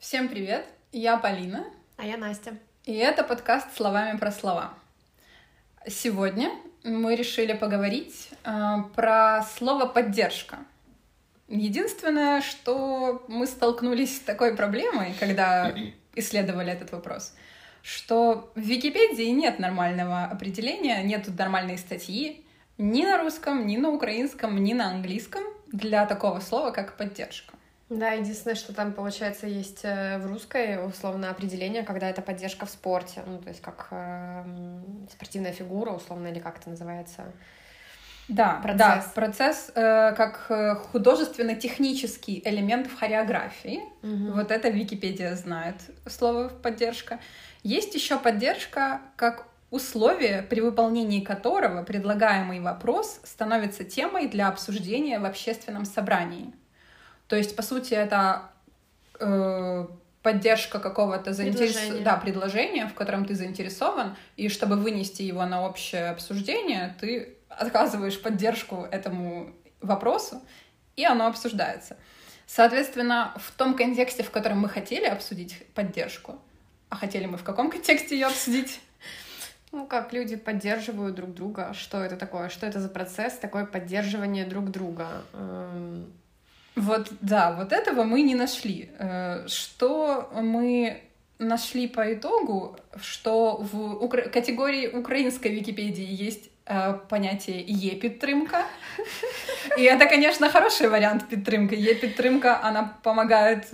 Всем привет, я Полина. А я Настя. И это подкаст «Словами про слова». Сегодня мы решили поговорить про слово «поддержка». Единственное, что мы столкнулись с такой проблемой, когда исследовали этот вопрос, что в Википедии нет нормального определения, нет нормальной статьи ни на русском, ни на украинском, ни на английском для такого слова, как «поддержка». Да, единственное, что там, получается, есть в русской условно определение, когда это поддержка в спорте, ну, то есть как спортивная фигура, условно, или как это называется? Да, процесс как художественно-технический элемент в хореографии. Вот это Википедия знает слово «поддержка». Есть еще поддержка как условие, при выполнении которого предлагаемый вопрос становится темой для обсуждения в общественном собрании. То есть, по сути, это поддержка какого-то предложения, в котором ты заинтересован, и чтобы вынести его на общее обсуждение, ты оказываешь поддержку этому вопросу, и оно обсуждается. Соответственно, в том контексте, в котором мы хотели обсудить поддержку, а хотели мы в каком контексте ее обсудить? Ну, как люди поддерживают друг друга, что это такое, что это за процесс, такое поддерживание друг друга. Вот, да, вот этого мы не нашли. Что мы нашли по итогу, что в категории украинской Википедии есть понятие «е-підтримка». И это, конечно, хороший вариант «підтримка». «Е-підтримка», она помогает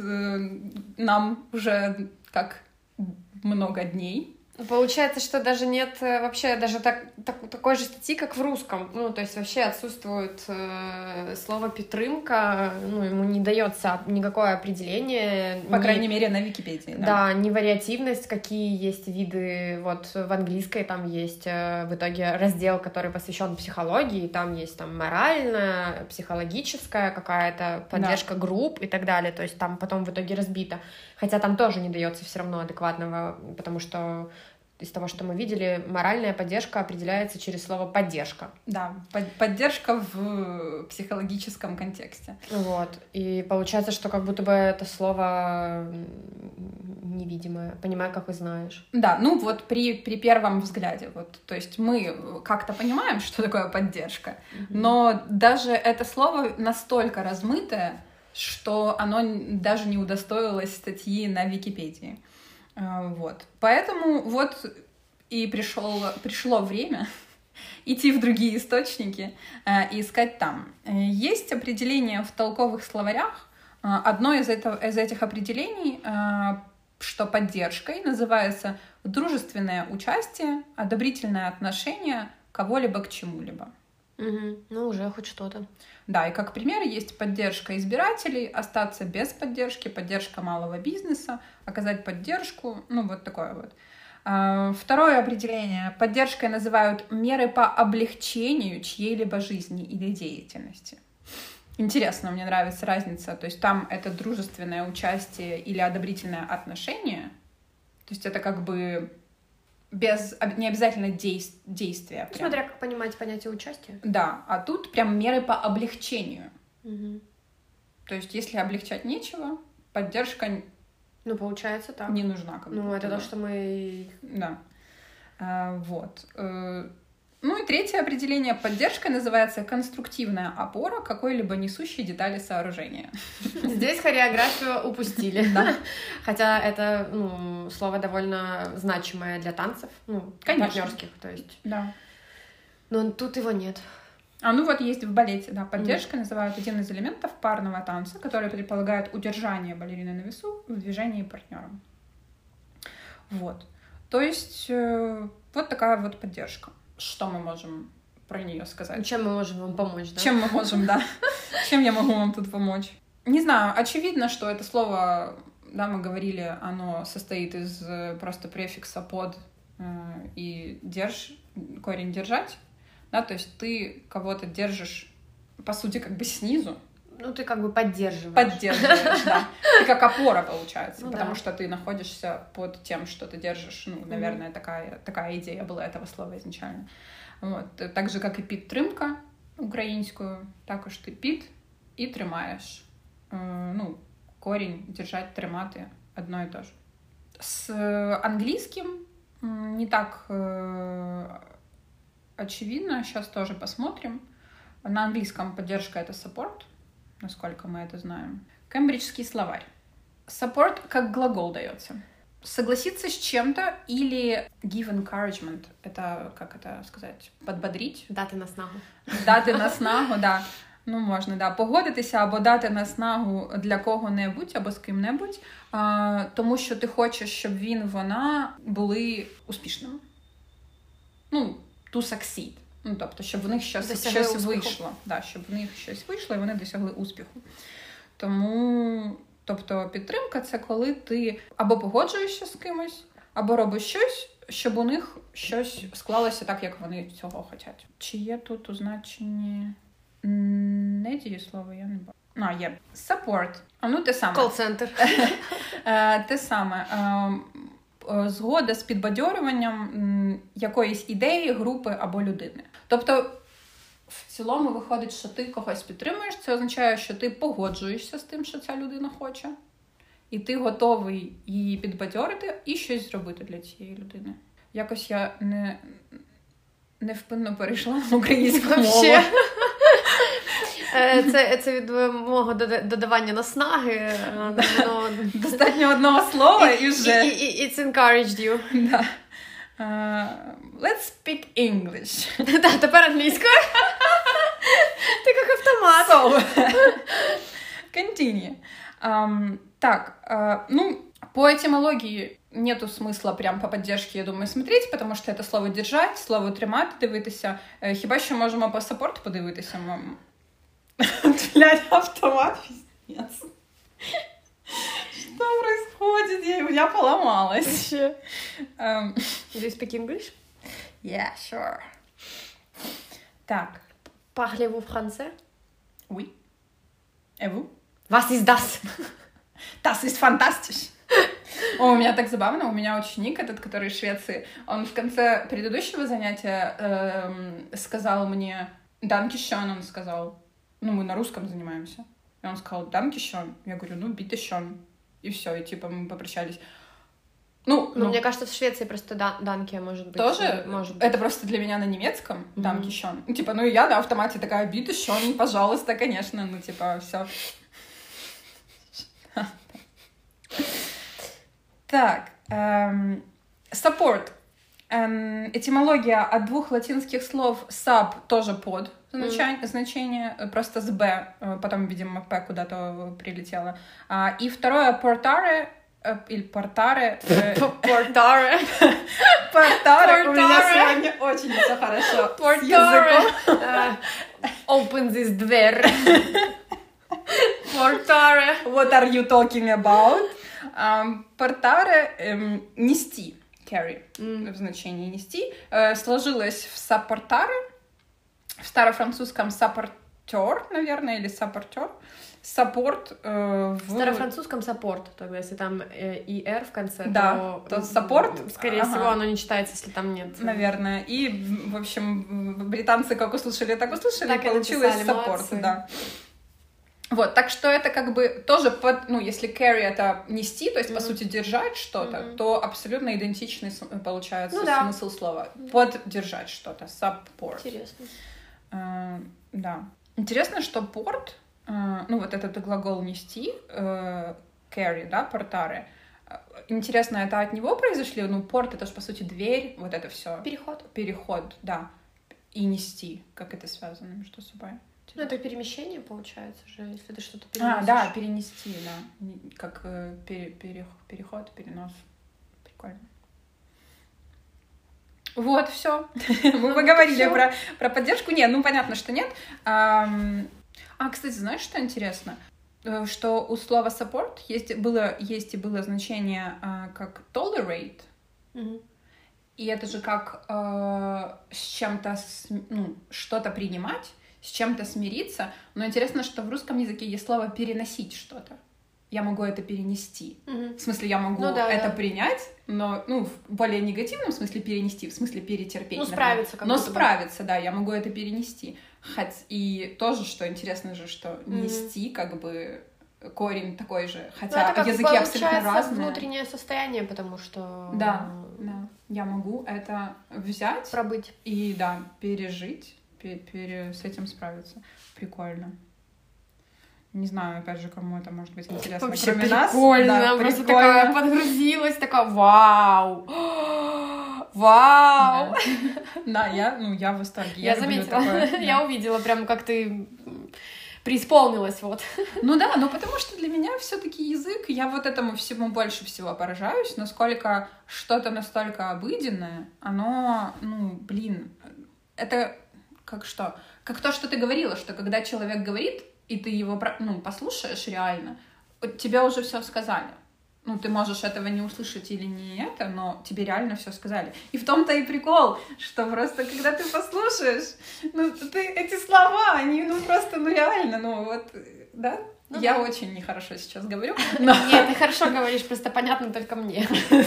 нам уже как много дней. Получается, что даже нет вообще даже такой же статьи, как в русском. Ну, то есть вообще отсутствует слово «підтримка», ну, ему не дается никакое определение. По крайней мере, на Википедии. Да, не вариативность, какие есть виды. Вот в английской там есть в итоге раздел, который посвящен психологии, там есть там моральная, психологическая какая-то поддержка групп и так далее. То есть там потом в итоге разбито. Хотя там тоже не дается все равно адекватного, потому что из того, что мы видели, моральная поддержка определяется через слово «поддержка». Да, поддержка в психологическом контексте. Вот. И получается, что как будто бы это слово невидимое. Понимаю, как и знаешь. Да, ну вот при первом взгляде. Вот, то есть мы как-то понимаем, что такое поддержка, но даже это слово настолько размытое, что оно даже не удостоилось статьи на Википедии. Вот. Поэтому вот и пришло время идти в другие источники и искать там. Есть определение в толковых словарях. Одно из этих определений, что поддержкой называется дружественное участие, одобрительное отношение кого-либо к чему-либо. Ну, уже хоть что-то. Да, и как пример есть поддержка избирателей, остаться без поддержки, поддержка малого бизнеса, оказать поддержку, ну вот такое вот. Второе определение. Поддержкой называют меры по облегчению чьей-либо жизни или деятельности. Интересно, мне нравится разница. То есть там это дружественное участие или одобрительное отношение. То есть это как бы не обязательно действия. Прям. Смотря как понимать понятие участия. Да, а тут прям меры по облегчению. То есть если облегчать нечего, поддержка ну, получается так. Не нужна. Ну, это то, что мы... Да. Вот. Ну и третье определение. Поддержкой называется конструктивная опора какой-либо несущей детали сооружения. Здесь хореографию упустили. Да. Хотя это слово довольно значимое для танцев, партнерских, то есть. Да. Но тут его нет. Ну вот есть в балете, да, поддержкой называют один из элементов парного танца, который предполагает удержание балерины на весу в движении партнером. Вот. То есть вот такая вот поддержка. Что мы можем про нее сказать? Чем мы можем вам помочь, да? Чем мы можем, да. Чем я могу вам тут помочь? Не знаю, очевидно, что это слово, да, мы говорили, оно состоит из просто префикса «под» и корень «держать». Да, то есть ты кого-то держишь, по сути, как бы снизу. Ну, ты как бы поддерживаешь. Поддерживаешь, да. Ты как опора, получается, потому что ты находишься под тем, что ты держишь. Ну, наверное, такая идея была этого слова изначально. Вот. Так же, как и «підтримка» українською, також ти «під» і тримаєш. Ну, корень держать, тримати одно и то же. С английским не так очевидно, сейчас тоже посмотрим. На английском поддержка — это support, насколько мы это знаем. Кембриджский словарь. Support как глагол дается. Согласиться с чем-то или give encouragement. Это, как это сказать, подбодрить. Дати наснагу. Дати наснагу, да. Ну, можна, да. Погодитися або дати наснагу для кого-небудь або з ким-небудь, тому що ти хочеш, щоб він, вона були успішними. Ну, to succeed. Ну, тобто, щоб в них щось вийшло. Да, щоб в них щось вийшло і вони досягли успіху. Тому, тобто, підтримка — це коли ти або погоджуєшся з кимось, або робиш щось, щоб у них щось склалося так, як вони цього хочуть. Чи є тут у значенні... Не дієслово, я не бачу. Є. Support. Ну, те саме. Кол-центр. Те саме. Згода з підбадьорюванням якоїсь ідеї, групи або людини. Тобто, в цілому виходить, що ти когось підтримуєш, це означає, що ти погоджуєшся з тим, що ця людина хоче, і ти готовий її підбадьорити і щось зробити для цієї людини. Якось я невпинно перейшла на українську мову. Це від мого додавання наснаги. Достатньо одного слова і вже... It's encouraged you. Да. Let's speak English. Так, тепер англійською. Ти як автомат. So, continue. Так, по этимологии нету смысла прям по поддержке, я думаю, смотреть, потому что это слово «держать», слово «тримати», дивитися. Хіба що можемо по support подивитися. Блядь, автомат, пиздец. Что происходит? Я поломалась. Do you speak English? Yeah, sure. Так. Parlez-vous français? Oui. Et vous? Was ist das? Das ist fantastisch. О, у меня так забавно, у меня ученик этот, который из Швеции, он в конце предыдущего занятия сказал мне «Danke schön», он сказал. Ну, мы на русском занимаемся. И он сказал «Danke schön». Я говорю «Bitte schön». И все, и типа мы попрощались. Ну, мне кажется, в Швеции просто «Danke» может быть. Тоже? Может быть. Это просто для меня на немецком «Danke schön». Ну, типа, и я на автомате такая «Bitte schön», пожалуйста, конечно. Ну, типа, все. Так, support. Этимология от двух латинских слов sub тоже под значение, просто с b, потом, видимо, p куда-то прилетело. И второе portare, или portare. Portare. Portare. У меня сегодня очень все хорошо. Portare. Open this door. Portare. What are you talking about? Portare нести, carry, в значении нести, сложилось в саппортаре, в старофранцузском саппортер, наверное, или саппортер, саппорт в старофранцузском саппорт, то есть если там и «р» в конце, да, то саппорт, скорее всего, оно не читается, если там нет. Наверное. И, в общем, британцы как услышали, так услышали, так получилось саппорт, да. Вот, так что это как бы тоже, если carry — это нести, то есть, по сути, держать что-то, то абсолютно идентичный получается смысл слова. Поддержать что-то, support. Интересно. Да. Интересно, что порт, вот этот глагол нести, carry, да, портаре. Интересно, это от него произошли? Порт — это же, по сути, дверь, вот это все. Переход, да. И нести, как это связано между собой. Это перемещение, получается же, если ты что-то переносишь. Да, перенести, да. Как переход, перенос. Прикольно. Вот, все. Мы поговорили про поддержку. Нет, понятно, что нет. Кстати, знаешь, что интересно? Что у слова support есть и было значение как tolerate. И это же как с чем-то, что-то принимать, с чем-то смириться. Но интересно, что в русском языке есть слово «переносить что-то». Я могу это перенести. В смысле, я могу это принять, но в более негативном смысле перенести, в смысле перетерпеть. Справиться как-то. Но справиться, да, я могу это перенести. И тоже, что интересно же, что нести как бы корень такой же, Ну, хотя это как языки абсолютно получается разные. внутреннее состояние, потому что... Да, я могу это взять Пробыть. и, да, пережить, с этим справиться. Прикольно. Не знаю, опять же, кому это может быть интересно, Вообще кроме нас. прикольно, Да, просто прикольно. такая подгрузилась, такая вау, вау. Да, я в восторге. Я люблю заметила, такое, да. я увидела прям, как ты преисполнилась, вот. Ну да, но потому что для меня все-таки язык, я вот этому всему больше всего поражаюсь, насколько что-то настолько обыденное, оно, это как что? Как то, что ты говорила, что когда человек говорит, и ты его, послушаешь реально, тебе уже все сказали. Ты можешь этого не услышать или не это, но тебе реально все сказали. И в том-то и прикол, что просто когда ты послушаешь, ты эти слова, они, просто, реально, да? Я очень нехорошо сейчас говорю. Но... Нет, ты хорошо говоришь, просто понятно только мне.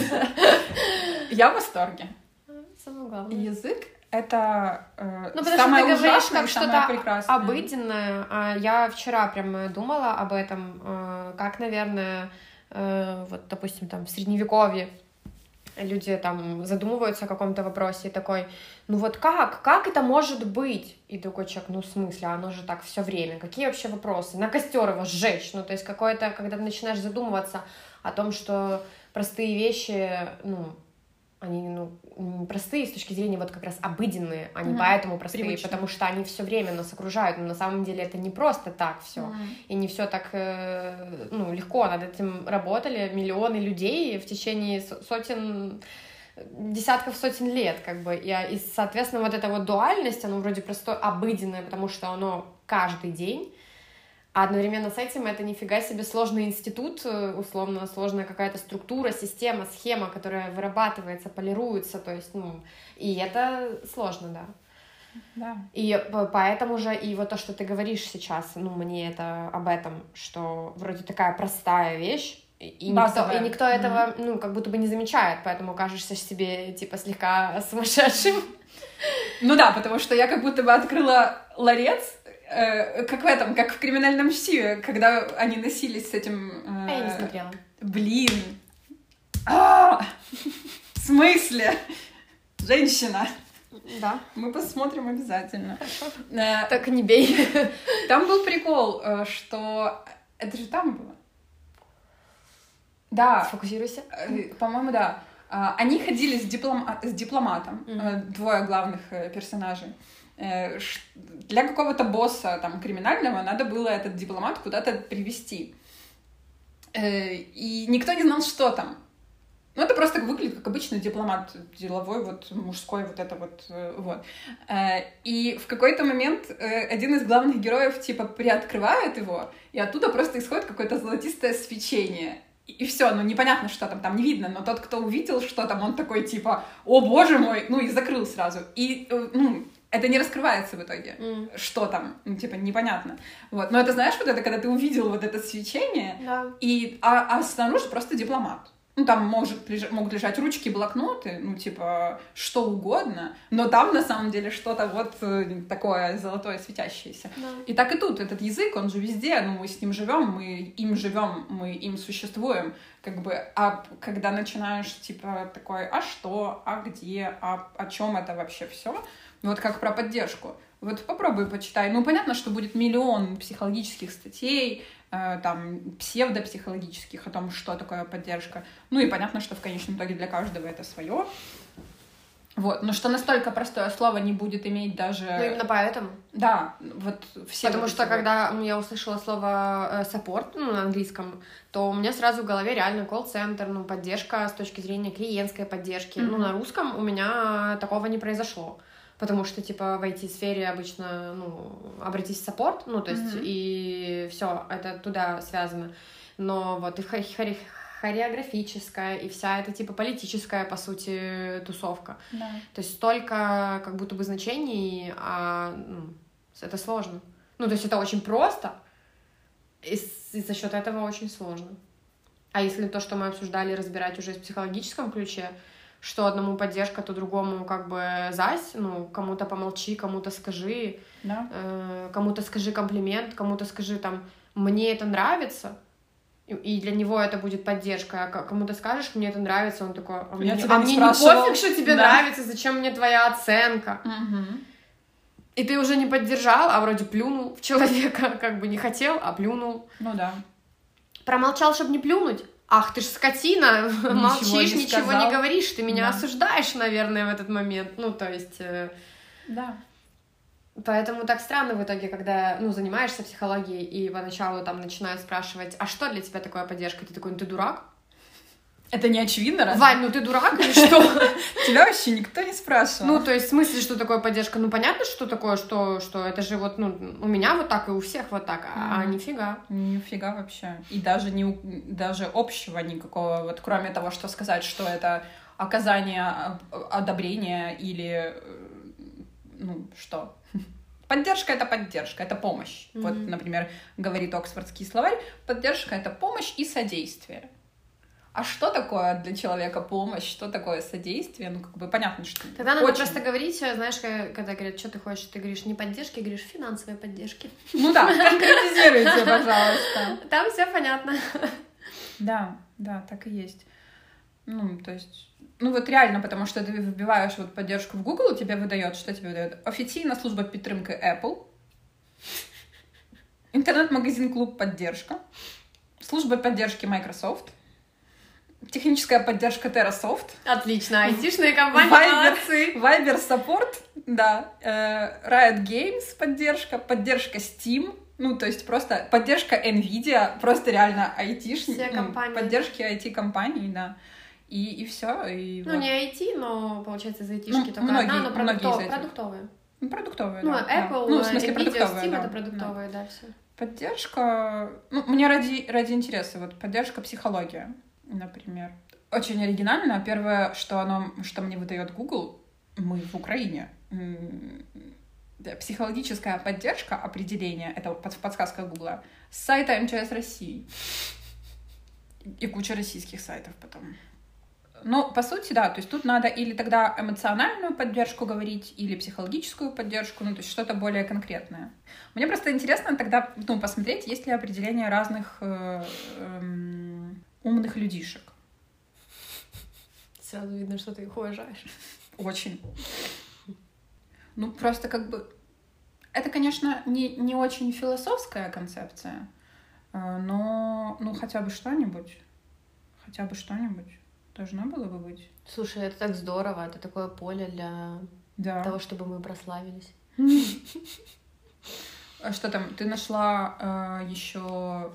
Я в восторге. Самое главное. Язык — это самое ужасное, говоришь, как самое что-то прекрасное. обыденное. Я вчера прям думала об этом, как, наверное, вот, допустим, там в Средневековье люди там задумываются о каком-то вопросе и такой, как это может быть? И такой человек, в смысле, оно же так все время, какие вообще вопросы? На костер его сжечь, то есть какое-то, когда ты начинаешь задумываться о том, что простые вещи, они, простые с точки зрения вот как раз обыденные, они поэтому простые, привычные. потому что они все время нас окружают, но на самом деле это не просто так все, и не все так, легко, над этим работали миллионы людей в течение десятков сотен лет, и, соответственно, вот эта вот дуальность, оно вроде простое, обыденное, потому что оно каждый день, а одновременно с этим это нифига себе сложный институт, условно сложная какая-то структура, система, схема, которая вырабатывается, полируется, то есть, и это сложно, да. Да. И поэтому же, и вот то, что ты говоришь сейчас, мне это об этом, что вроде такая простая вещь, и никто этого, как будто бы не замечает, поэтому кажешься себе, типа, слегка сумасшедшим. Да, потому что я как будто бы открыла ларец, как в «Криминальном чтиве», когда они носились с этим... Я не смотрела. Блин! В смысле? Женщина! Да. Мы посмотрим обязательно. Хорошо. Так не бей. Там был прикол, что... Это же там было. Да. Сфокусируйся. По-моему, да. Они ходили с дипломатом, двое главных персонажей. Для какого-то босса там криминального надо было этот дипломат куда-то привезти. И никто не знал, что там. Это просто выглядит как обычный дипломат, деловой, мужской, вот. И в какой-то момент один из главных героев, типа, приоткрывает его, и оттуда просто исходит какое-то золотистое свечение. И все, непонятно, что там не видно, но тот, кто увидел, что там, он такой, типа, о, боже мой, и закрыл сразу. И, это не раскрывается в итоге, что там, непонятно. Вот. Но это, знаешь, это когда ты увидел вот это свечение, да. А снаружи просто дипломат. Там могут лежать ручки, блокноты, что угодно, но там на самом деле что-то такое золотое светящееся. Да. И так и тут, этот язык, он же везде, мы с ним живем, мы им существуем, а когда начинаешь, такой, а что, а где, о чем это вообще все, как про поддержку. Попробуй почитай. Понятно, что будет миллион психологических статей, псевдопсихологических о том, что такое поддержка. И понятно, что в конечном итоге для каждого это свое. Но что настолько простое слово не будет иметь даже... Именно поэтому. Да, все. Потому что когда я услышала слово support, на английском, то у меня сразу в голове реально колл-центр, поддержка с точки зрения клиентской поддержки. На русском у меня такого не произошло. Потому что, в IT-сфере обычно, обратись в саппорт, то есть, и все это туда связано. Но и хореографическая, и вся эта, политическая, по сути, тусовка. Да. То есть столько, как будто бы, значений, это сложно. То есть это очень просто, и за счет этого очень сложно. А если то, что мы обсуждали, разбирать уже в психологическом ключе, что одному поддержка, то другому зась, кому-то помолчи, кому-то скажи, да. Кому-то скажи комплимент, кому-то скажи мне это нравится, и для него это будет поддержка. А кому ты скажешь, мне это нравится, он такой, а Я мне, тебя а не мне не спрашивал. пофиг, что тебе Да. нравится, зачем мне твоя оценка? И ты уже не поддержал, а вроде плюнул в человека, как бы не хотел, а плюнул. Ну да. Промолчал, чтобы не плюнуть. Ах, ты ж скотина, молчишь, не ничего сказал. не говоришь, ты меня Да. осуждаешь, наверное, в этот момент. Ну, то есть... Да. Поэтому так странно в итоге, когда, ну, занимаешься психологией, и поначалу там начинают спрашивать, а что для тебя такое поддержка? Ты такой, ну, ты дурак? Это не очевидно, разве? Вань, ну ты дурак или что? Тебя вообще никто не спрашивал. Ну, то есть, в смысле, что такое поддержка? Ну, понятно, что такое, что это же вот, ну, у меня вот так, и у всех вот так, а нифига. Нифига вообще. И даже даже общего никакого, вот кроме того, что сказать, что это оказание одобрения или, ну, что? Поддержка — это помощь. Вот, например, говорит Оксфордский словарь, поддержка — это помощь и содействие. А что такое для человека помощь, что такое содействие? Ну, как бы понятно, что... Тогда надо просто говорить, знаешь, когда говорят, что ты хочешь, ты говоришь не поддержки, говоришь финансовой поддержки. Ну да, конкретизируйте, пожалуйста. Там все понятно. Да, так и есть. Ну, то есть... Ну, вот реально, потому что ты вбиваешь вот поддержку в Google, тебе выдает, что тебе выдает? Официальная служба підтримки Apple, интернет-магазин клуб «Поддержка», служба поддержки Microsoft, техническая поддержка TerraSoft. Отлично, айтишные компании молодцы. Viber Support, да, Riot Games поддержка Steam, ну, то есть просто поддержка NVIDIA, просто реально айтишники, Все компании. поддержки IT-компаний, да. И все. Ну, вот. Не IT, но, получается, из айтишки только многие, одна, но продуктовые. Продуктовые, ну, да. Apple, Ну, в смысле, NVIDIA, продуктовые, Steam да. это продуктовые, да, все. Поддержка... Ну, мне ради интереса, вот поддержка психология, например. Очень оригинально. Первое, что мне выдает Google, мы в Украине. Психологическая поддержка, определение, это подсказка Гугла, с сайта МЧС России. И куча российских сайтов потом. Ну, по сути, да, то есть тут надо или тогда эмоциональную поддержку говорить, или психологическую поддержку, ну, то есть что-то более конкретное. Мне просто интересно тогда, ну, посмотреть, есть ли определение разных умных людишек. Сразу видно, что ты их уважаешь. Очень. Ну, просто как бы... Это, конечно, не очень философская концепция, но ну, хотя бы что-нибудь должно было бы быть. Слушай, это так здорово, это такое поле для того, чтобы мы прославились. А что там, ты нашла еще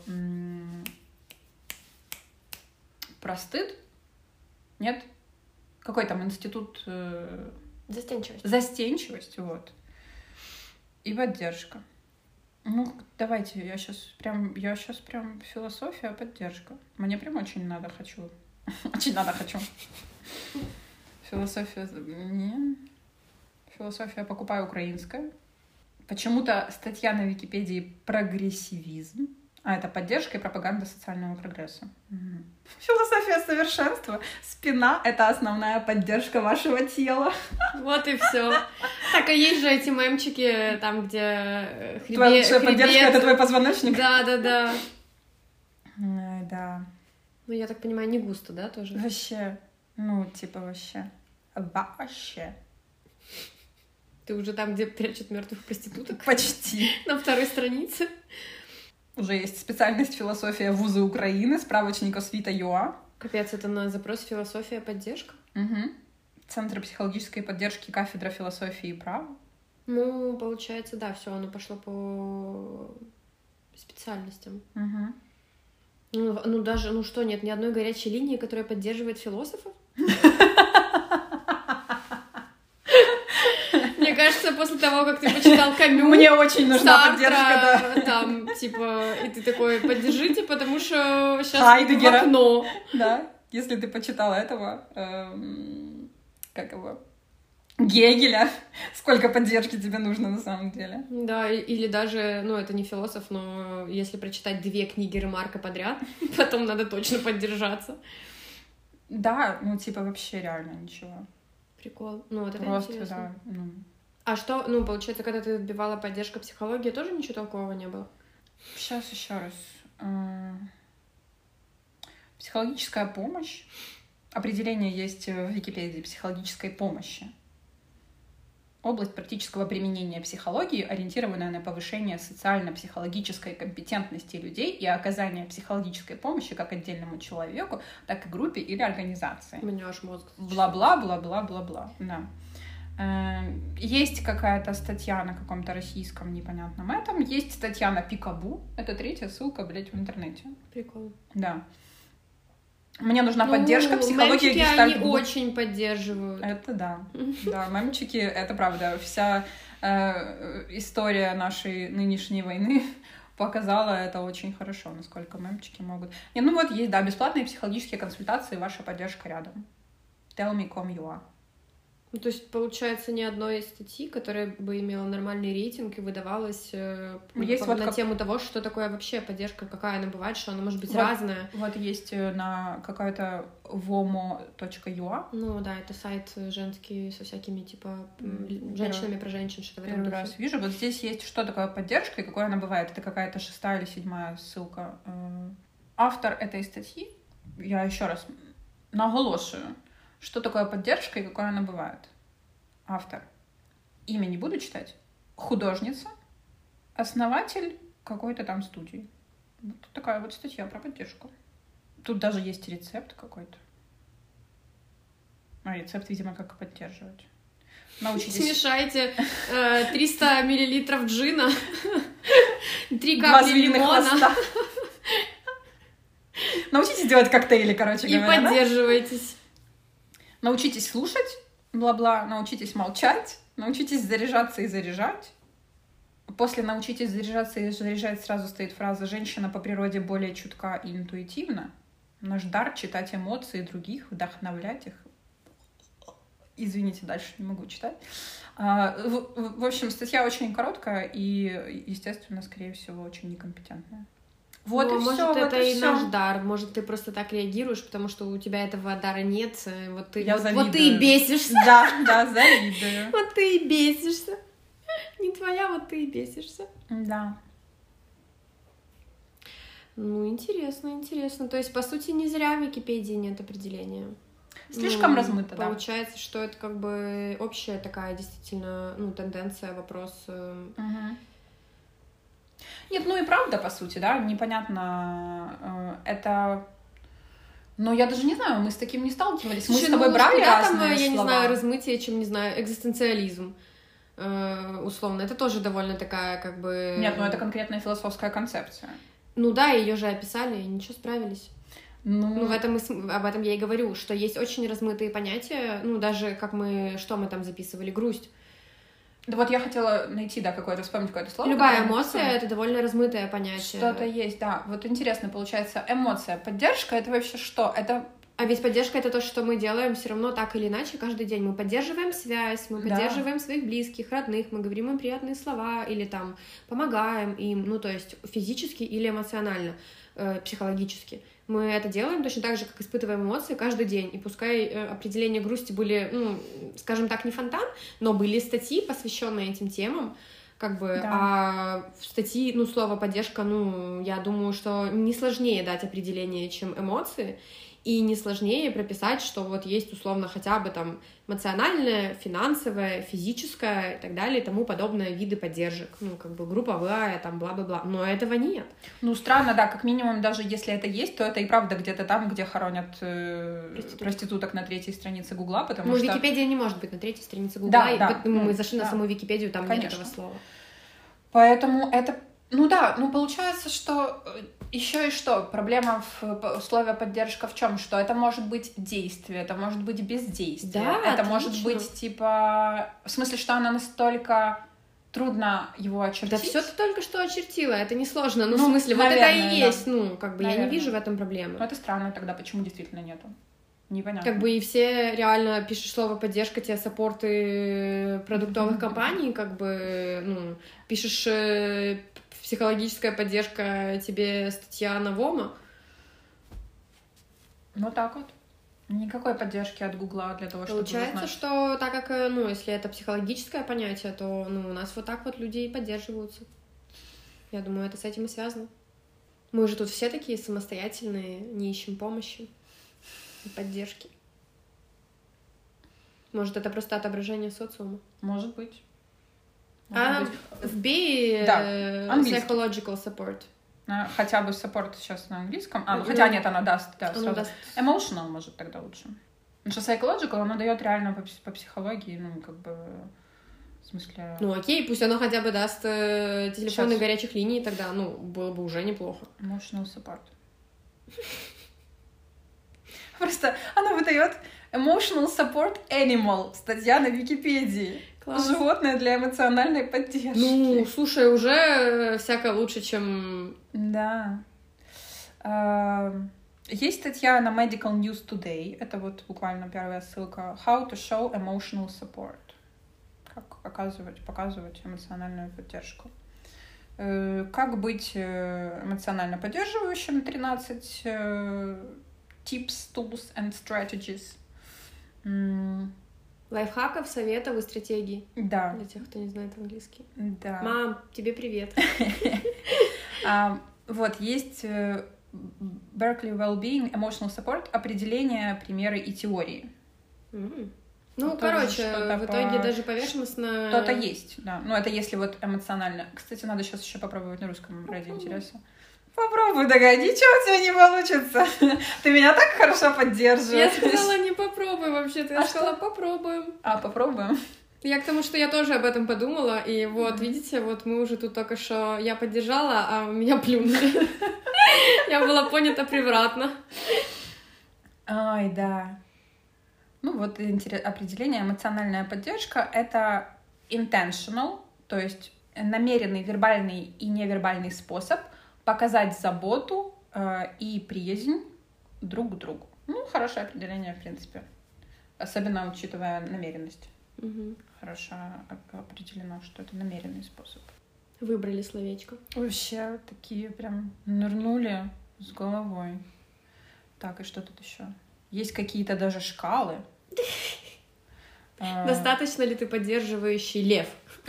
про стыд? Нет? Какой там институт? Застенчивость, вот. И поддержка. Ну, давайте, я сейчас прям философия, поддержка. Мне прям очень надо, хочу. Очень надо, хочу. Философия покупаю украинская. Почему-то статья на Википедии «Прогрессивизм». А, это поддержка и пропаганда социального прогресса. Угу. Философия совершенства. Спина — это основная поддержка вашего тела. Вот и все. Так, а есть же эти мемчики, там, где Твоя поддержка — это твой позвоночник? Да. Да. Ну, я так понимаю, не густо, да, тоже? Вообще. Ну, типа вообще. Вообще. Ты уже там, где прячут мертвых проституток? Почти. На второй странице. Уже есть специальность философия вузы Украины, справочник Освита.ЮА. Капец, это на запрос философия поддержка? Угу. Центр психологической поддержки, кафедра философии и права. Ну, получается, да, все, оно пошло по специальностям. Угу. Ну, даже, ну что, нет ни одной горячей линии, которая поддерживает философов? Мне кажется, после того, как ты почитал Камю, мне очень нужна Сартра, поддержка, да. Там, типа, и ты такой, поддержите, потому что сейчас в окно. Да, если ты почитала этого, как его, Гегеля, сколько поддержки тебе нужно на самом деле. Да, или даже, ну, это не философ, но если прочитать 2 книги Ремарка подряд, потом надо точно поддержаться. Да, ну, типа, вообще реально ничего. Прикол. Ну, вот это просто, интересно. Да, ну. А что, ну, получается, когда ты вбивала поддержка психологии, тоже ничего такого не было? Сейчас еще раз. Психологическая помощь. Определение есть в Википедии психологической помощи. Область практического применения психологии, ориентированная на повышение социально-психологической компетентности людей и оказание психологической помощи как отдельному человеку, так и группе или организации. У меня аж мозг. Бла-бла, бла-бла-бла-бла. Да. Есть какая-то статья на каком-то российском непонятном этом. Есть статья на Пикабу. Это 3-я ссылка, блядь, в интернете. Прикольно. Да. Мне нужна поддержка, психология, гештальт. Они очень поддерживают. Это да. Да, мемчики, это правда. Вся история нашей нынешней войны показала это очень хорошо, насколько мемчики могут. Не, ну вот есть, да, бесплатные психологические консультации, ваша поддержка рядом. Tellme.com.ua. Ну, то есть, получается, ни одной статьи, которая бы имела нормальный рейтинг и выдавалась есть на тему того, что такое вообще поддержка, какая она бывает, что она может быть разная. Вот есть на какая-то vomo.ua. Ну да, это сайт женский со всякими, типа, женщинами про женщин, что-то в этом духе. Первый раз вижу. Вот здесь есть, что такое поддержка и какой она бывает. Это какая-то 6-я или 7-я ссылка. Автор этой статьи, я еще раз наголошую, что такое поддержка и какой она бывает. Автор. Имя не буду читать. Художница. Основатель какой-то там студии. Вот такая вот статья про поддержку. Тут даже есть рецепт какой-то. Рецепт, видимо, как поддерживать. Научитесь. Смешайте 300 миллилитров джина, 3 капли лимона. Научитесь делать коктейли, короче говоря. И поддерживайтесь. Научитесь слушать, бла-бла, научитесь молчать, научитесь заряжаться и заряжать. После «научитесь заряжаться и заряжать» сразу стоит фраза «женщина по природе более чутка и интуитивна». Наш дар — читать эмоции других, вдохновлять их. Извините, дальше не могу читать. В общем, статья очень короткая и, естественно, скорее всего, очень некомпетентная. Вот и может, все, это вот и всё. наш дар. Может, ты просто так реагируешь, потому что у тебя этого дара нет. Вот ты, Я завидую. вот ты и бесишься. Да, завидую. Вот ты и бесишься. Не твоя, вот ты и бесишься. Да. Ну, интересно. То есть, по сути, не зря в Википедии нет определения. Слишком размыто, да. Получается, что это как бы общая такая действительно, тенденция, вопрос. Нет, ну и правда, по сути, да, непонятно, это... Но я даже не знаю, мы с таким не сталкивались. Слушай, мы с тобой брали разные там, я слова. не знаю, размытие, чем, не знаю, экзистенциализм, условно. Это тоже довольно такая, как бы... Нет, ну это конкретная философская концепция. Ну да, ее же описали, и ничего, справились. Ну, об этом я и говорю, что есть очень размытые понятия, даже что мы там записывали, грусть. Да вот я хотела найти, да, вспомнить какое-то слово. Любая эмоция — это довольно размытое понятие. Что-то есть, да. Вот интересно, получается, эмоция, поддержка — это вообще что? Это... А ведь поддержка — это то, что мы делаем все равно так или иначе каждый день. Мы поддерживаем связь, мы поддерживаем своих близких, родных, мы говорим им приятные слова или там помогаем им, то есть физически или эмоционально, психологически. Мы это делаем точно так же, как испытываем эмоции каждый день. И пускай определения грусти были, скажем так, не фонтан, но были статьи, посвященные этим темам, как бы, да. А в статьи, слово поддержка, я думаю, что не сложнее дать определение, чем эмоции, и не сложнее прописать, что вот есть условно хотя бы там эмоциональное, финансовое, физическое и так далее и тому подобное виды поддержек, групповая, там, бла-бла-бла, но этого нет. Странно, да, как минимум, даже если это есть, то это и правда где-то там, где хоронят проституток на 3-й странице Гугла, потому что... Википедия не может быть на 3-й странице Гугла, да, мы зашли на саму Википедию, там конечно. Нет этого слова. Поэтому это... получается, что еще и что? Проблема в слове поддержка в чем? Что это может быть действие, это может быть бездействие. Да, это отлично. может быть типа... В смысле, что она настолько трудно его очертить? Да все ты только что очертила, это несложно. В смысле, наверное, вот это и есть. Да. Я не вижу в этом проблемы. Это странно тогда, почему действительно нету. Непонятно. Как бы и все реально пишешь слово поддержка, тебе саппорты продуктовых компаний, как бы, пишешь психологическая поддержка, тебе статья на ВОМа. Так вот. Никакой поддержки от Гугла для того, чтобы Получается, узнать. что так как, если это психологическое понятие, то, у нас вот так вот люди и поддерживаются. Я думаю, это с этим и связано. Мы же тут все такие самостоятельные, не ищем помощи и поддержки. Может, это просто отображение социума? Может быть. Вбей psychological support. Хотя бы support сейчас на английском. Хотя нет, она даст. Emotional, может, тогда лучше. Потому что psychological, оно дает реально по психологии, ну, как бы, в смысле... Ну, окей, пусть оно хотя бы даст телефоны горячих линий, тогда, ну, было бы уже неплохо. Emotional support. Просто оно выдает emotional support animal, статья на Википедии. Класс. Животное для эмоциональной поддержки. Ну, слушай, уже всяко лучше, чем... Да. Есть статья на Medical News Today, это вот буквально первая ссылка. How to show emotional support. Как показывать эмоциональную поддержку. Как быть эмоционально поддерживающим? 13 tips, tools and strategies. Лайфхаков, советов и стратегий. Да. Для тех, кто не знает английский. Да. Мам, тебе привет. Вот, есть Berkeley Wellbeing, Emotional Support, определение, примеры и теории. Ну, короче, в итоге даже поверхностно... Что-то есть, да. Ну, это если вот эмоционально. Кстати, надо сейчас еще попробовать на русском ради интереса. Попробуй, дорогая, ничего у тебя не получится. Ты меня так хорошо поддерживаешь. Я сказала, не попробуй вообще-то. Я сказала, попробуем. Попробуем. Я к тому, что я тоже об этом подумала, и вот, видите, вот мы уже тут только что... Я поддержала, а меня плюнули. Я была понята превратно. Ай, да. Ну вот определение эмоциональная поддержка — это intentional, то есть намеренный вербальный и невербальный способ показать заботу и приязнь друг к другу. Ну, хорошее определение, в принципе. Особенно учитывая намеренность. Хорошо определено, что это намеренный способ. Выбрали словечко. Вообще такие прям нырнули с головой. Так, и что тут еще? Есть какие-то даже шкалы. Достаточно ли ты поддерживающий лев?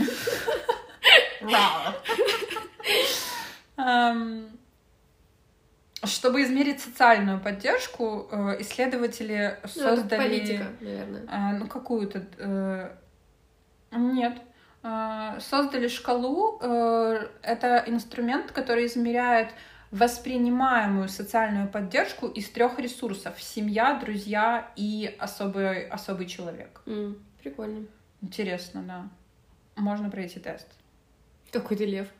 Чтобы измерить социальную поддержку, исследователи создали... Политика, наверное. Ну, какую-то... Нет. Создали шкалу. Это инструмент, который измеряет воспринимаемую социальную поддержку из 3 ресурсов: семья, друзья и особый человек. Прикольно. Интересно, да. Можно пройти тест. Какой ты лев.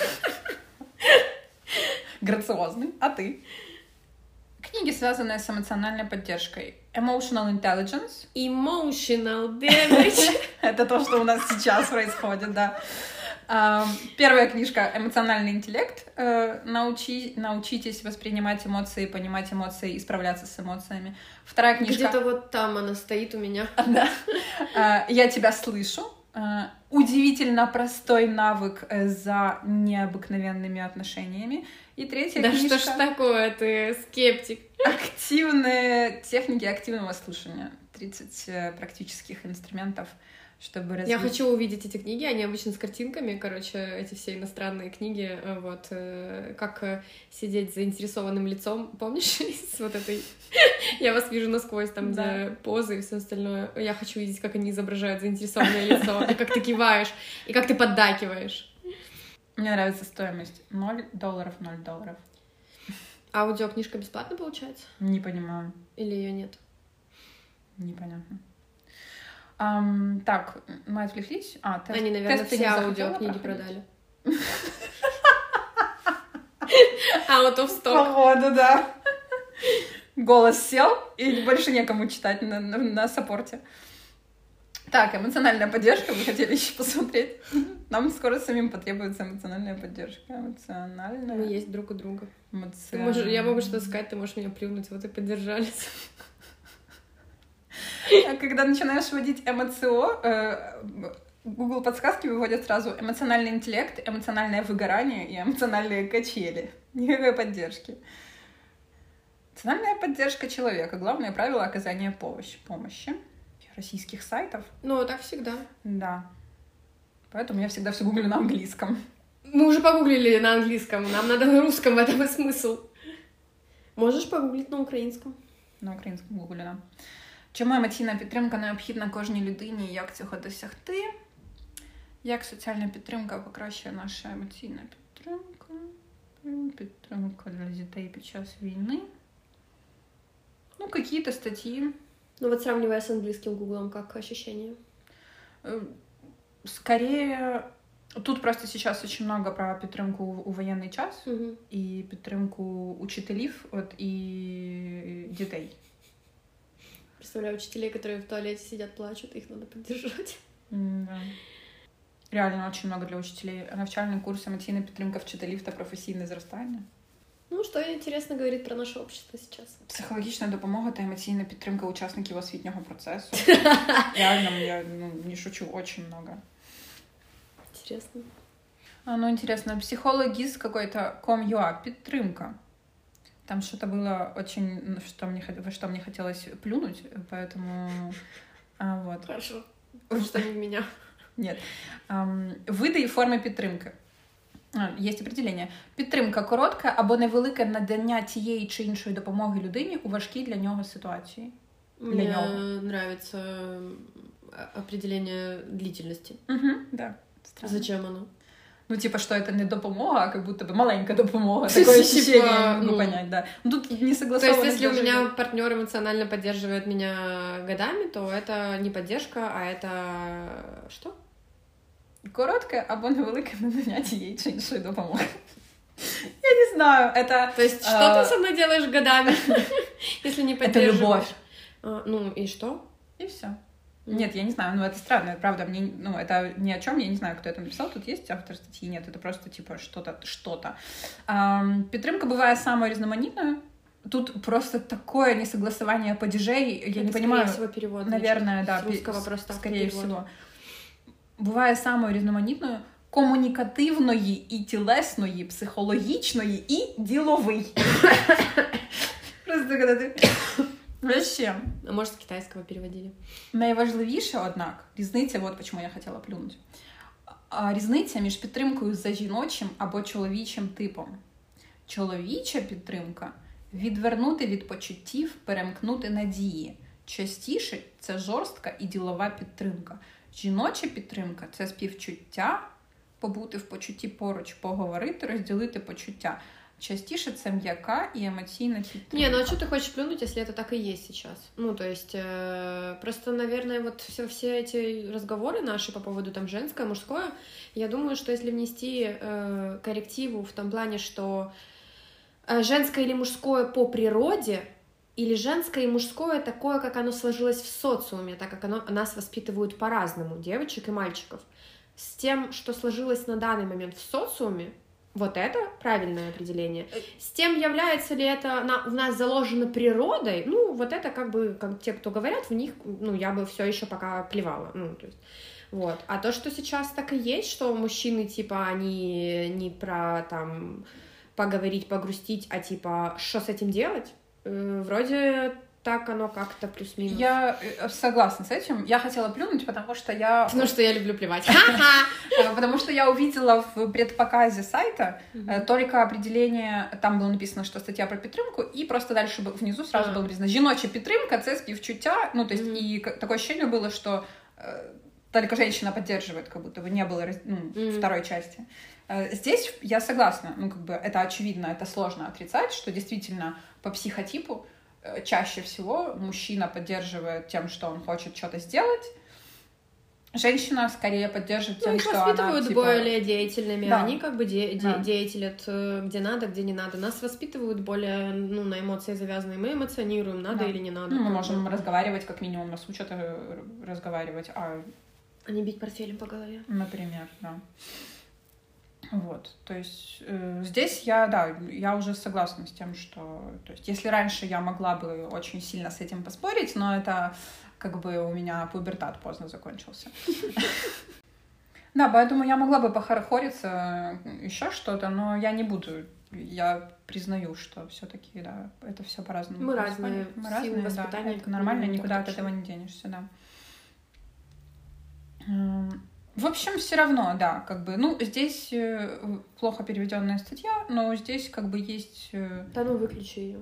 Грациозный. А ты? Книги, связанные с эмоциональной поддержкой. Emotional Intelligence. Emotional Damage. Это то, что у нас сейчас происходит, да. Первая книжка «Эмоциональный интеллект». Научитесь воспринимать эмоции, понимать эмоции и справляться с эмоциями. Вторая книжка... Где-то вот там она стоит у меня. Да. «Я тебя слышу». Удивительно простой навык за необыкновенными отношениями. И третья книжка... Да что ж такое, ты скептик. Активные техники активного слушания. 30 практических инструментов, чтобы развить... Я хочу увидеть эти книги, они обычно с картинками, короче, эти все иностранные книги, вот, как сидеть заинтересованным лицом, помнишь, с вот этой... Я вас вижу насквозь, там, где позы и все остальное. Я хочу видеть, как они изображают заинтересованное лицо, и как ты киваешь, и как ты поддакиваешь. Мне нравится стоимость. $0, $0. Аудиокнижка бесплатно получается? Не понимаю. Или ее нет? Непонятно. Так, мы отвлеклись. Они, наверное, все аудиокниги продали. Out of stock. Походу, да. Голос сел, и больше некому читать на саппорте. Так, эмоциональная поддержка. Вы хотели еще посмотреть? Нам скоро самим потребуется эмоциональная поддержка. Эмоциональная. Мы есть друг у друга. Я могу что-то сказать, ты можешь меня плюнуть. Вот и поддержались. Когда начинаешь вводить МЦО, Google подсказки выводят сразу эмоциональный интеллект, эмоциональное выгорание и эмоциональные качели. Никакой поддержки. Эмоциональная поддержка человека. Главное правило оказания помощи. Российских сайтов. Ну, так всегда. Да. Поэтому я всегда все гуглю на английском. Мы уже погуглили на английском, нам надо на русском, в этом и смысл. Можеш погуглити на українському? На українському гуглі, да. Чому емоційна підтримка необхідна кожній людині і як цього досягти? Як соціальна підтримка покращує наша емоційна підтримка? Підтримка для дітей під час війни. Ну, какие-то статьи. Ну вот сравнивая с английским гуглом, как ощущение? Скорее, тут просто сейчас очень много про підтримку у воєнний час і підтримку учителів от, і дітей. Представляю учителей, которые в туалете сидят, плачут, их надо поддерживать. Да. Реально очень много для учителей. Навчальний курс «Емоційна підтримка вчителів та професійне зростання». Ну, что интересно говорит про наше общество сейчас? Психологічна допомога та емоційна підтримка учасників освітнього процесу. Реально, я не шучу, очень много. Интересно. Ну, интересно, психологист какой-то com.ua, підтримка. Там что-то было очень, что мне хотелось плюнуть, поэтому вот. Хорошо, что не в меня. Нет. Види і форми підтримки. Є определення. Підтримка коротка або невелике надання тієї чи іншої допомоги людині у важкій для нього ситуації. Мне нравится определение длительности. Да. Странно. Зачем оно? Ну, типа, что это не допомога, а как будто бы маленькая допомога. Такое ощущение, могу понять, да. Ну, тут не согласовано. То есть, если у меня партнер эмоционально поддерживает меня годами, то это не поддержка, а это что? Коротке або невелике надання тієї чи іншої допомоги. Я не знаю, это... То есть, что ты со мной делаешь годами, если не поддерживаешь? Это любовь. Ну, и что? И все. Нет, я не знаю, ну это странно, правда, мне, ну это ни о чем, я не знаю, кто это написал, тут есть автор статьи, нет, это просто типа что-то. Підтримка бывает самой різноманітною. Тут просто такое несогласование падежей, я не понимаю. Скорее всего, перевод. Наверное, да, с русского просто скорее всего. Буває самою різноманітною, комунікативної і тілесної, психологічної і ділової. Просто коли ти... Вообще. А может, с китайского переводили. Найважливіше, однак, різниця, от чому я хотіла плюнути, різниця між підтримкою за жіночим або чоловічим типом. Чоловіча підтримка – відвернути від почуттів, перемкнути надії. Частіше – це жорстка і ділова підтримка. Жіноча підтримка – це співчуття, побути в почутті поруч, поговорити, розділити почуття. Частіше це м'яка і емоційна підтримка. Не, ну а что ты хочешь плюнуть, если это так и есть сейчас? Ну, то есть, просто, наверное, вот все эти разговоры наши по поводу там женское, мужское, я думаю, что если внести коррективу в том плане, что женское или мужское по природе, или женское и мужское такое, как оно сложилось в социуме, так как нас воспитывают по-разному, девочек и мальчиков, с тем, что сложилось на данный момент в социуме, вот это правильное определение. С тем, является ли это в нас заложено природой, ну, вот это как бы, как те, кто говорят, в них, ну, я бы все еще пока плевала, ну, то есть, вот. А то, что сейчас так и есть, что мужчины, типа, они не про, там, поговорить, погрустить, а, типа, что с этим делать, вроде... Так оно как-то плюс-минус. Я согласна с этим. Я хотела плюнуть, потому что я... Ну, что я люблю плевать. Потому что я увидела в предпоказе сайта только определение, там было написано, что статья про підтримку, и просто дальше внизу сразу было написано «Жіноча підтримка» — це співчуття. Ну, то есть, и такое ощущение было, что только женщина поддерживает, как будто бы не было второй части. Здесь я согласна, ну, как бы это очевидно, это сложно отрицать, что действительно по психотипу чаще всего мужчина поддерживает тем, что он хочет что-то сделать. Женщина скорее поддерживает тем, что она... Их воспитывают типа... более деятельными. Да. Они как бы деятелят где надо, где не надо. Нас воспитывают более, ну, на эмоции завязанные. Мы эмоционируем, надо или не надо. Ну, мы можем разговаривать, как минимум, нас учат разговаривать. А не бить портфелем по голове. Например, да. Вот, то есть здесь я уже согласна с тем, что, то есть, если раньше я могла бы очень сильно с этим поспорить, но это как бы у меня пубертат поздно закончился. Да, поэтому я могла бы похорохориться, еще что-то, но я не буду. Я признаю, что все-таки, да, это все по-разному. Мы разные, да, это нормально, никуда от этого не денешься, да. В общем, все равно, да, как бы, ну, здесь плохо переведенная статья, но здесь как бы есть... Да ну, выключи ее.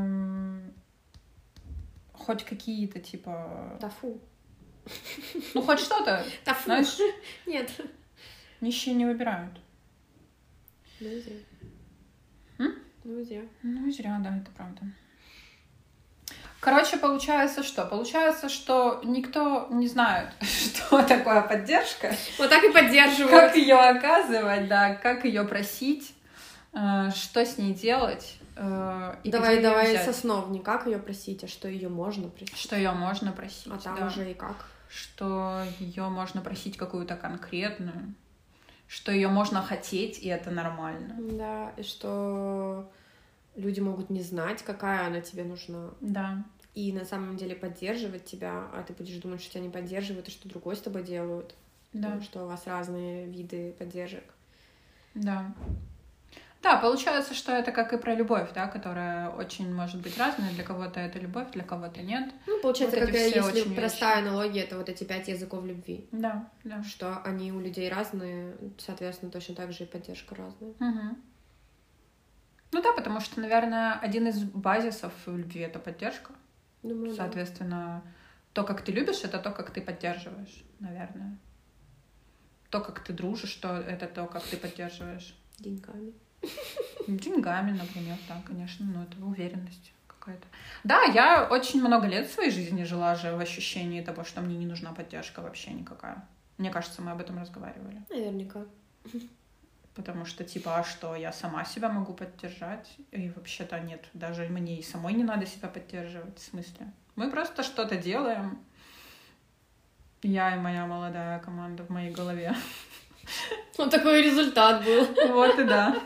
Хоть какие-то, типа... Тафу. Ну, хоть что-то. Тафу. Знаешь, Нет. нищие не выбирают. Ну и зря. Ну и зря. Ну и зря, да, это правда. Короче, получается что? Получается, что никто не знает, что такое поддержка. Вот так и поддерживают. Как ее оказывать, да, как ее просить, что с ней делать. И давай с основ, не как ее просить, а что ее можно просить. Что ее можно просить. А там да. уже и как. Что ее можно просить какую-то конкретную, что ее можно хотеть, и это нормально. Да, и что люди могут не знать, какая она тебе нужна. Да. И на самом деле поддерживать тебя, а ты будешь думать, что тебя не поддерживают, и что другой с тобой делают. Да. Что у вас разные виды поддержек. Да. Да, получается, что это как и про любовь, да, которая очень может быть разная. Для кого-то это любовь, для кого-то нет. Ну, получается, вот какая, если очень простая аналогия, это вот эти 5 языков любви. Да, да. Что они у людей разные, соответственно, точно так же и поддержка разная. Угу. Ну да, потому что, наверное, один из базисов любви — это поддержка. Думаю, соответственно, то, как ты любишь, это то, как ты поддерживаешь, наверное. То, как ты дружишь, это то, как ты поддерживаешь. Деньгами. Деньгами, например, да, конечно, но это уверенность какая-то. Да, я очень много лет в своей жизни жила же в ощущении того, что мне не нужна поддержка вообще никакая. Мне кажется, мы об этом разговаривали. Наверняка. Потому что, типа, а что, я сама себя могу поддержать? И вообще-то нет, даже мне и самой не надо себя поддерживать, в смысле. Мы просто что-то делаем. Я и моя молодая команда в моей голове. Вот такой результат был. Вот и да.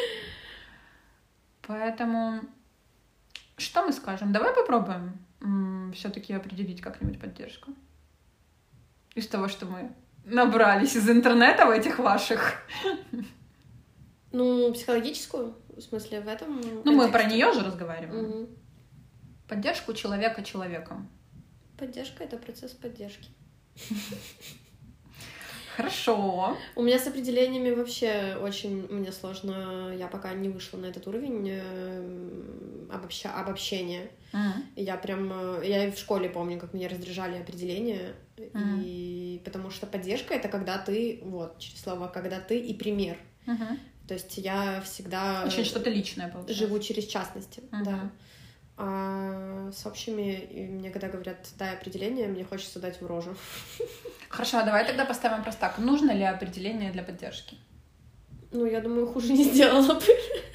Поэтому что мы скажем? Давай попробуем все-таки определить как-нибудь поддержку. Из того, что мы набрались из интернета в этих ваших. Ну, психологическую, в смысле, в этом. Ну, мы про нее же разговариваем. Угу. Поддержку человека человеком. Поддержка — это процесс поддержки. Хорошо. У меня с определениями вообще очень мне сложно. Я пока не вышла на этот уровень обобщения. Я и в школе помню, как меня раздражали определения. И потому что поддержка — это когда ты, вот, через слово, когда ты и пример. То есть я всегда... Очень что-то личное получается. Живу через частности, да. А с общими, мне когда говорят «дай определение», мне хочется дать в рожу. Хорошо, а давай тогда поставим просто так. Нужно ли определение для поддержки? Ну, я думаю, хуже не сделала бы.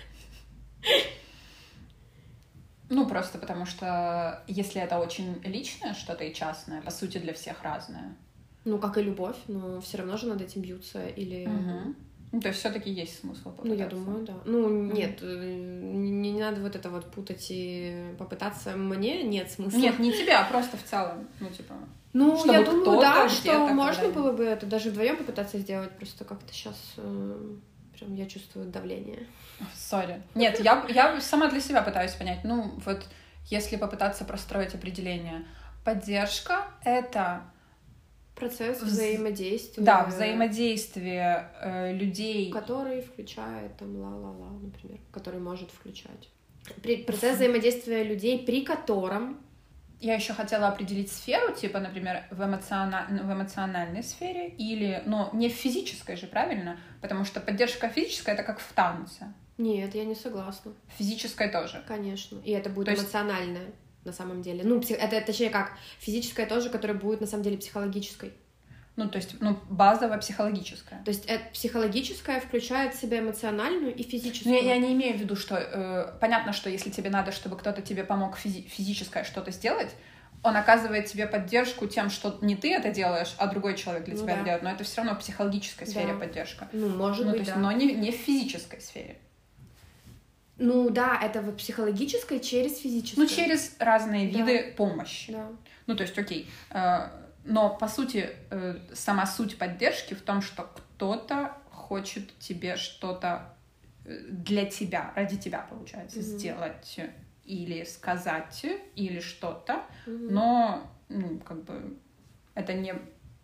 Ну, просто потому что если это очень личное что-то и частное, по сути, для всех разное. Ну, как и любовь, но все равно же над этим бьются или... Ну, то есть все-таки есть смысл попытаться. Ну, я думаю, да. Ну, нет, не надо вот это вот путать и попытаться. Мне нет смысла. Нет, не тебя, а просто в целом. Ну, типа... Ну, я думаю, да, что можно когда-нибудь было бы это даже вдвоем попытаться сделать, просто как-то сейчас прям я чувствую давление. Сори. Нет, я сама для себя пытаюсь понять. Ну, вот если попытаться простроить определение. Поддержка — это... Процесс взаимодействия. Да, взаимодействие людей. Который включает там ла-ла-ла, например, который может включать. Процесс взаимодействия людей, при котором... Я еще хотела определить сферу, типа, например, в эмоциональной сфере или, но не в физической же, правильно? Потому что поддержка физическая — это как в танце. Нет, я не согласна. Физическая тоже. Конечно. И это будет эмоциональная на самом деле. Ну, это точнее как физическая тоже, которая будет на самом деле психологической. Ну, то есть, базово психологическая. То есть психологическая включает в себя эмоциональную и физическую. Но я не имею в виду, что... понятно, что если тебе надо, чтобы кто-то тебе помог физическое что-то сделать, он оказывает тебе поддержку тем, что не ты это делаешь, а другой человек для тебя это делает. Но это все равно в психологической сфере поддержка. Ну, может быть, да. Но не в физической сфере. Ну да, это в психологической через физическую. Ну, через разные виды помощи. Да. Ну, то есть, окей. Но, по сути, сама суть поддержки в том, что кто-то хочет тебе что-то для тебя, ради тебя, получается, сделать или сказать, или что-то, но, как бы, это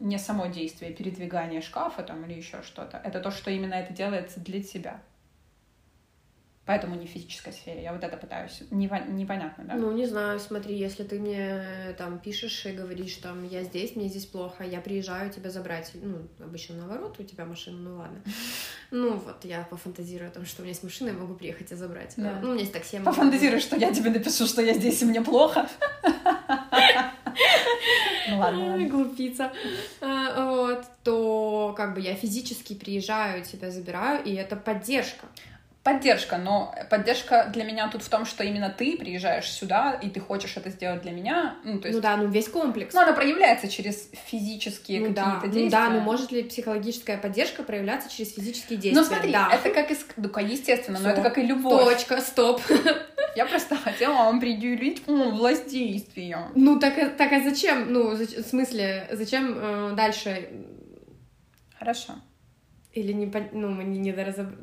не само действие передвигания шкафа там или еще что-то. Это то, что именно это делается для тебя. Поэтому не в физической сфере. Я вот это пытаюсь. Непонятно, да? Ну, не знаю, смотри, если ты мне там пишешь и говоришь, там, я здесь, мне здесь плохо, я приезжаю тебя забрать. Ну, обычно наоборот, у тебя машина, ну ладно. Ну, вот я пофантазирую о том, что у меня есть машина, я могу приехать тебя забрать. Да. Ну, у меня есть такси. Пофантазируй, что я тебе напишу, что я здесь и мне плохо. Ну ладно. Глупица. Вот, то как бы я физически приезжаю, тебя забираю, и это поддержка. Поддержка, но поддержка для меня тут в том, что именно ты приезжаешь сюда, и ты хочешь это сделать для меня. Ну, то есть... Ну да, ну весь комплекс. Ну, она проявляется через физические какие-то действия. Ну да, но может ли психологическая поддержка проявляться через физические действия? Ну смотри, да. это как... Ну, естественно, но это как и любовь. Точка, стоп. Я просто хотела вам предъявить воздействие. Ну так а зачем? Ну, в смысле, зачем дальше? Хорошо. Или не... Ну, мы не недоразобрали.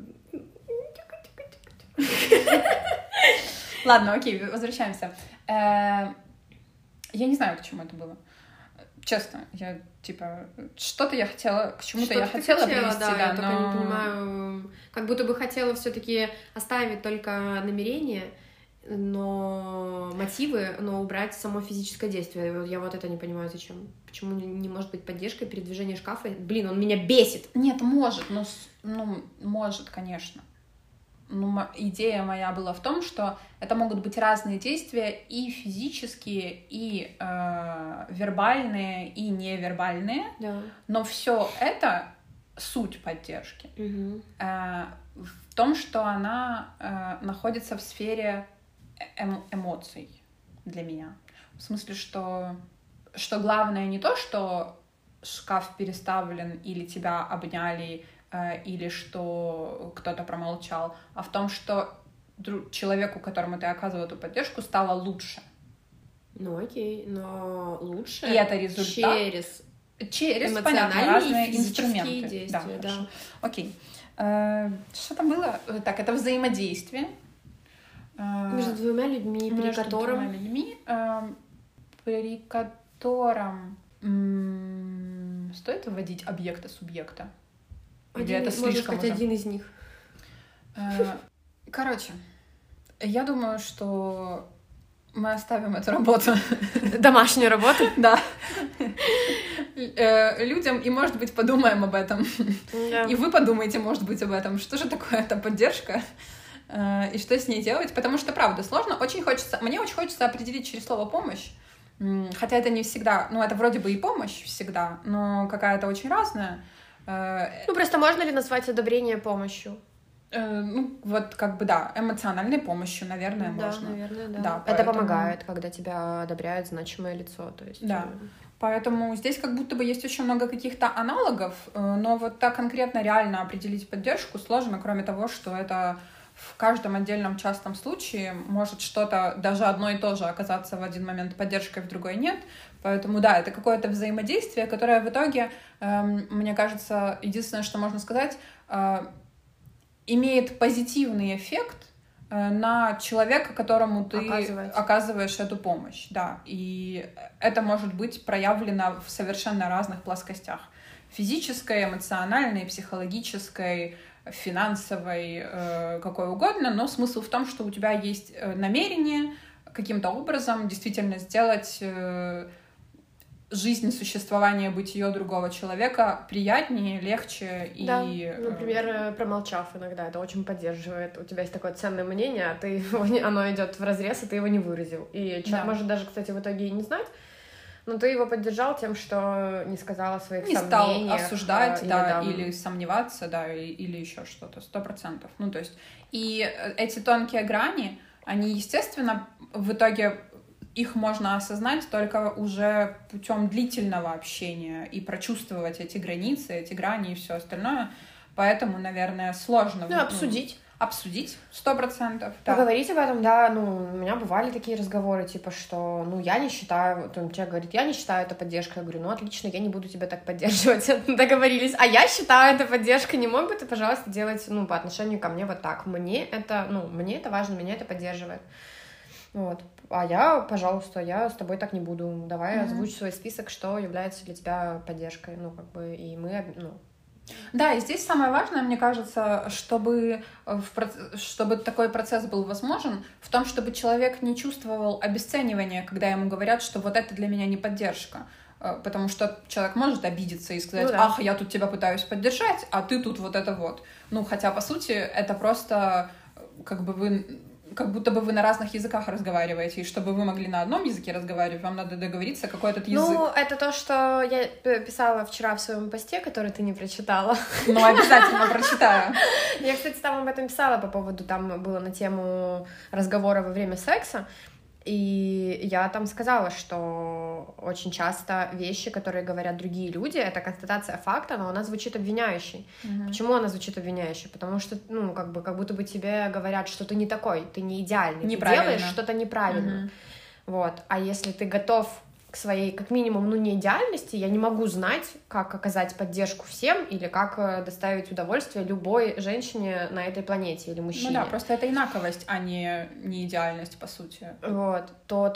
Ладно, окей, возвращаемся. Я не знаю, к чему это было. Честно, я, типа, что-то я хотела, к чему-то я хотела привести, да, я только но... не понимаю, как будто бы хотела все-таки оставить только намерение, но мотивы, но убрать само физическое действие. Я вот это не понимаю, зачем. Почему не может быть поддержкой передвижения шкафа? Блин, он меня бесит! Нет, может, ну, может, конечно. Ну, идея моя была в том, что это могут быть разные действия, и физические, и вербальные, и невербальные, да. Но все это суть поддержки. Угу. В том, что она находится в сфере эмоций для меня. В смысле, что главное не то, что шкаф переставлен или тебя обняли, или что кто-то промолчал, а в том, что человеку, которому ты оказывал эту поддержку, стало лучше. Ну окей, но лучше и это результат через понятно, разные инструменты. Действия, да. Окей. Что там было? Так, это взаимодействие. Между двумя людьми, при котором стоит вводить объекта субъекта. Или это слишком уже? Один из них. Короче, я думаю, что мы оставим эту работу. Домашнюю работу? Да. Людям, и, может быть, подумаем об этом. И вы подумайте, может быть, об этом. Что же такое эта поддержка? И что с ней делать? Потому что, правда, сложно. Мне очень хочется определить через слово «помощь». Хотя это не всегда... Ну, это вроде бы и помощь всегда, но какая-то очень разная. Ну, просто можно ли назвать одобрение помощью? Ну, вот как бы, да, эмоциональной помощью, наверное, можно. Да, наверное, да. Да, это помогает, когда тебя одобряет значимое лицо, то есть... Да, поэтому здесь как будто бы есть очень много каких-то аналогов, но вот так конкретно реально определить поддержку сложно, кроме того, что это в каждом отдельном частном случае может что-то, даже одно и то же, оказаться в один момент поддержкой, в другой нет. Поэтому, да, это какое-то взаимодействие, которое в итоге, мне кажется, единственное, что можно сказать, имеет позитивный эффект на человека, которому ты оказываешь эту помощь. Да. И это может быть проявлено в совершенно разных плоскостях. Физической, эмоциональной, психологической, финансовой, какой угодно, но смысл в том, что у тебя есть намерение каким-то образом действительно сделать жизнь, существование, бытие другого человека приятнее, легче и... Да, например, промолчав иногда, это очень поддерживает. У тебя есть такое ценное мнение, а оно идет вразрез, и ты его не выразил. И человек может даже, кстати, в итоге и не знать, но ты его поддержал тем, что не сказал о своих сомнениях. Не стал осуждать, да, или сомневаться, да, или еще что-то, 100%. Ну, то есть, и эти тонкие грани, они, естественно, в итоге их можно осознать только уже путем длительного общения и прочувствовать эти границы, эти грани и все остальное. Поэтому, наверное, сложно... Ну, обсудить. Обсудить 100%. Да. Поговорить об этом, да, у меня бывали такие разговоры, типа, что, я не считаю, человек говорит, я не считаю это поддержкой, я говорю, отлично, я не буду тебя так поддерживать, договорились, а я считаю это поддержкой, не мог бы ты, пожалуйста, делать, по отношению ко мне вот так, мне это важно, меня это поддерживает. Вот. А я, пожалуйста, я с тобой так не буду. Давай озвучь свой список, что является для тебя поддержкой. Ну, как бы, и мы, ну... Да, и здесь самое важное, мне кажется, чтобы такой процесс был возможен, в том, чтобы человек не чувствовал обесценивания, когда ему говорят, что вот это для меня не поддержка. Потому что человек может обидеться и сказать, ах, я тут тебя пытаюсь поддержать, а ты тут вот это вот. Ну, хотя, по сути, это просто как будто бы вы на разных языках разговариваете, и чтобы вы могли на одном языке разговаривать, вам надо договориться, какой этот язык. Ну, это то, что я писала вчера в своем посте, который ты не прочитала. Ну, обязательно прочитаю. Я, кстати, там об этом писала по поводу, там было на тему разговора во время секса, и я там сказала, что очень часто вещи, которые говорят другие люди, это констатация факта, но она звучит обвиняющей. Почему она звучит обвиняющей? Потому что, ну, как будто бы тебе говорят, что ты не такой, ты не идеальный, ты делаешь что-то неправильно. Вот. А если ты готов к своей, как минимум, ну, не идеальности, я не могу знать, как оказать поддержку всем или как доставить удовольствие любой женщине на этой планете или мужчине. Ну да, просто это инаковость, а не идеальность, по сути. Вот, то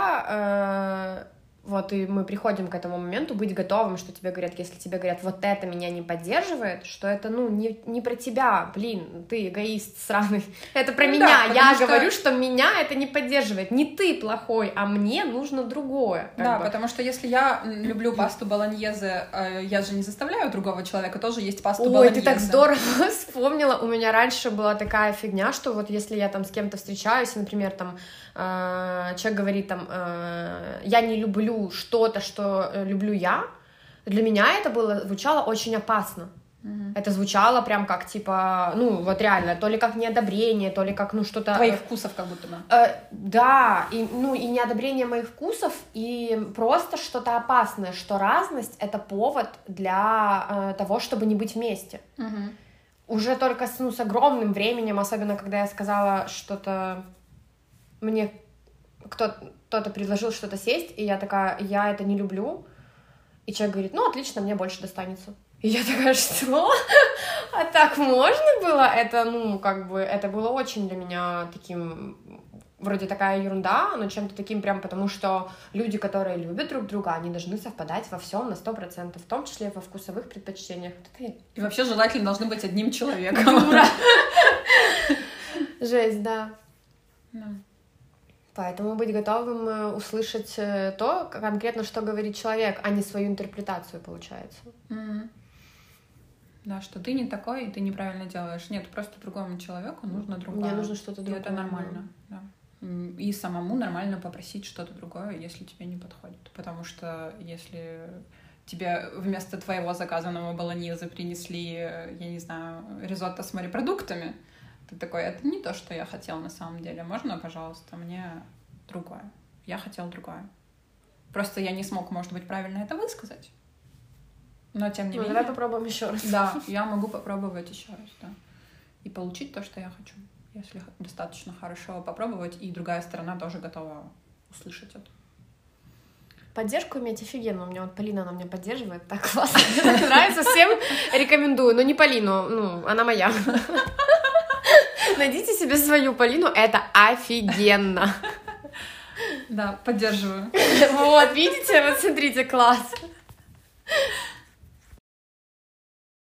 тогда вот и мы приходим к этому моменту, быть готовым, что тебе говорят, если тебе говорят, вот это меня не поддерживает, что это, ну, не про тебя, блин, ты эгоист сраный, это про меня, я говорю, что меня это не поддерживает, не ты плохой, а мне нужно другое. Да, потому что если я люблю пасту болоньезе, я же не заставляю другого человека тоже есть пасту болоньезе. Ой, ты так здорово вспомнила, у меня раньше была такая фигня, что вот если я там с кем-то встречаюсь, например, там, человек говорит там, я не люблю что-то, что люблю я, для меня это звучало очень опасно. Это звучало прям как, типа, ну, вот реально, то ли как неодобрение, то ли как, ну, что-то... Твоих вкусов как будто бы. Да, и неодобрение моих вкусов, и просто что-то опасное, что разность — это повод для того, чтобы не быть вместе. Уже только с огромным временем, особенно когда я сказала что-то... Мне кто-то предложил что-то сесть, и я такая, я это не люблю. И человек говорит, ну, отлично, мне больше достанется. И я такая, что? А так можно было? Это, ну, как бы, это было очень для меня таким, вроде такая ерунда, но чем-то таким прям, потому что люди, которые любят друг друга, они должны совпадать во всем на 100%, в том числе во вкусовых предпочтениях. И вообще желательно должны быть одним человеком. Жесть, да. Поэтому быть готовым услышать то, конкретно, что говорит человек, а не свою интерпретацию, получается. Да, что ты не такой, и ты неправильно делаешь. Нет, просто другому человеку нужно другое. Мне нужно что-то другое. И это нормально, да. И самому нормально попросить что-то другое, если тебе не подходит. Потому что если тебе вместо твоего заказанного болоньезе принесли, я не знаю, ризотто с морепродуктами, ты такой, это не то, что я хотел на самом деле. Можно, пожалуйста, мне другое? Я хотел другое. Просто я не смог, может быть, правильно это высказать. Но тем не менее... Давай попробуем еще раз. Да, я могу попробовать еще раз, да. И получить то, что я хочу. Если достаточно хорошо попробовать, и другая сторона тоже готова услышать это. Поддержку иметь офигенно. У меня вот Полина, она меня поддерживает. Так классно. Мне так нравится. Всем рекомендую. Но не Полину, ну, она моя. Найдите себе свою Полину, это офигенно. Да, поддерживаю. Вот, видите? Вот смотрите, класс.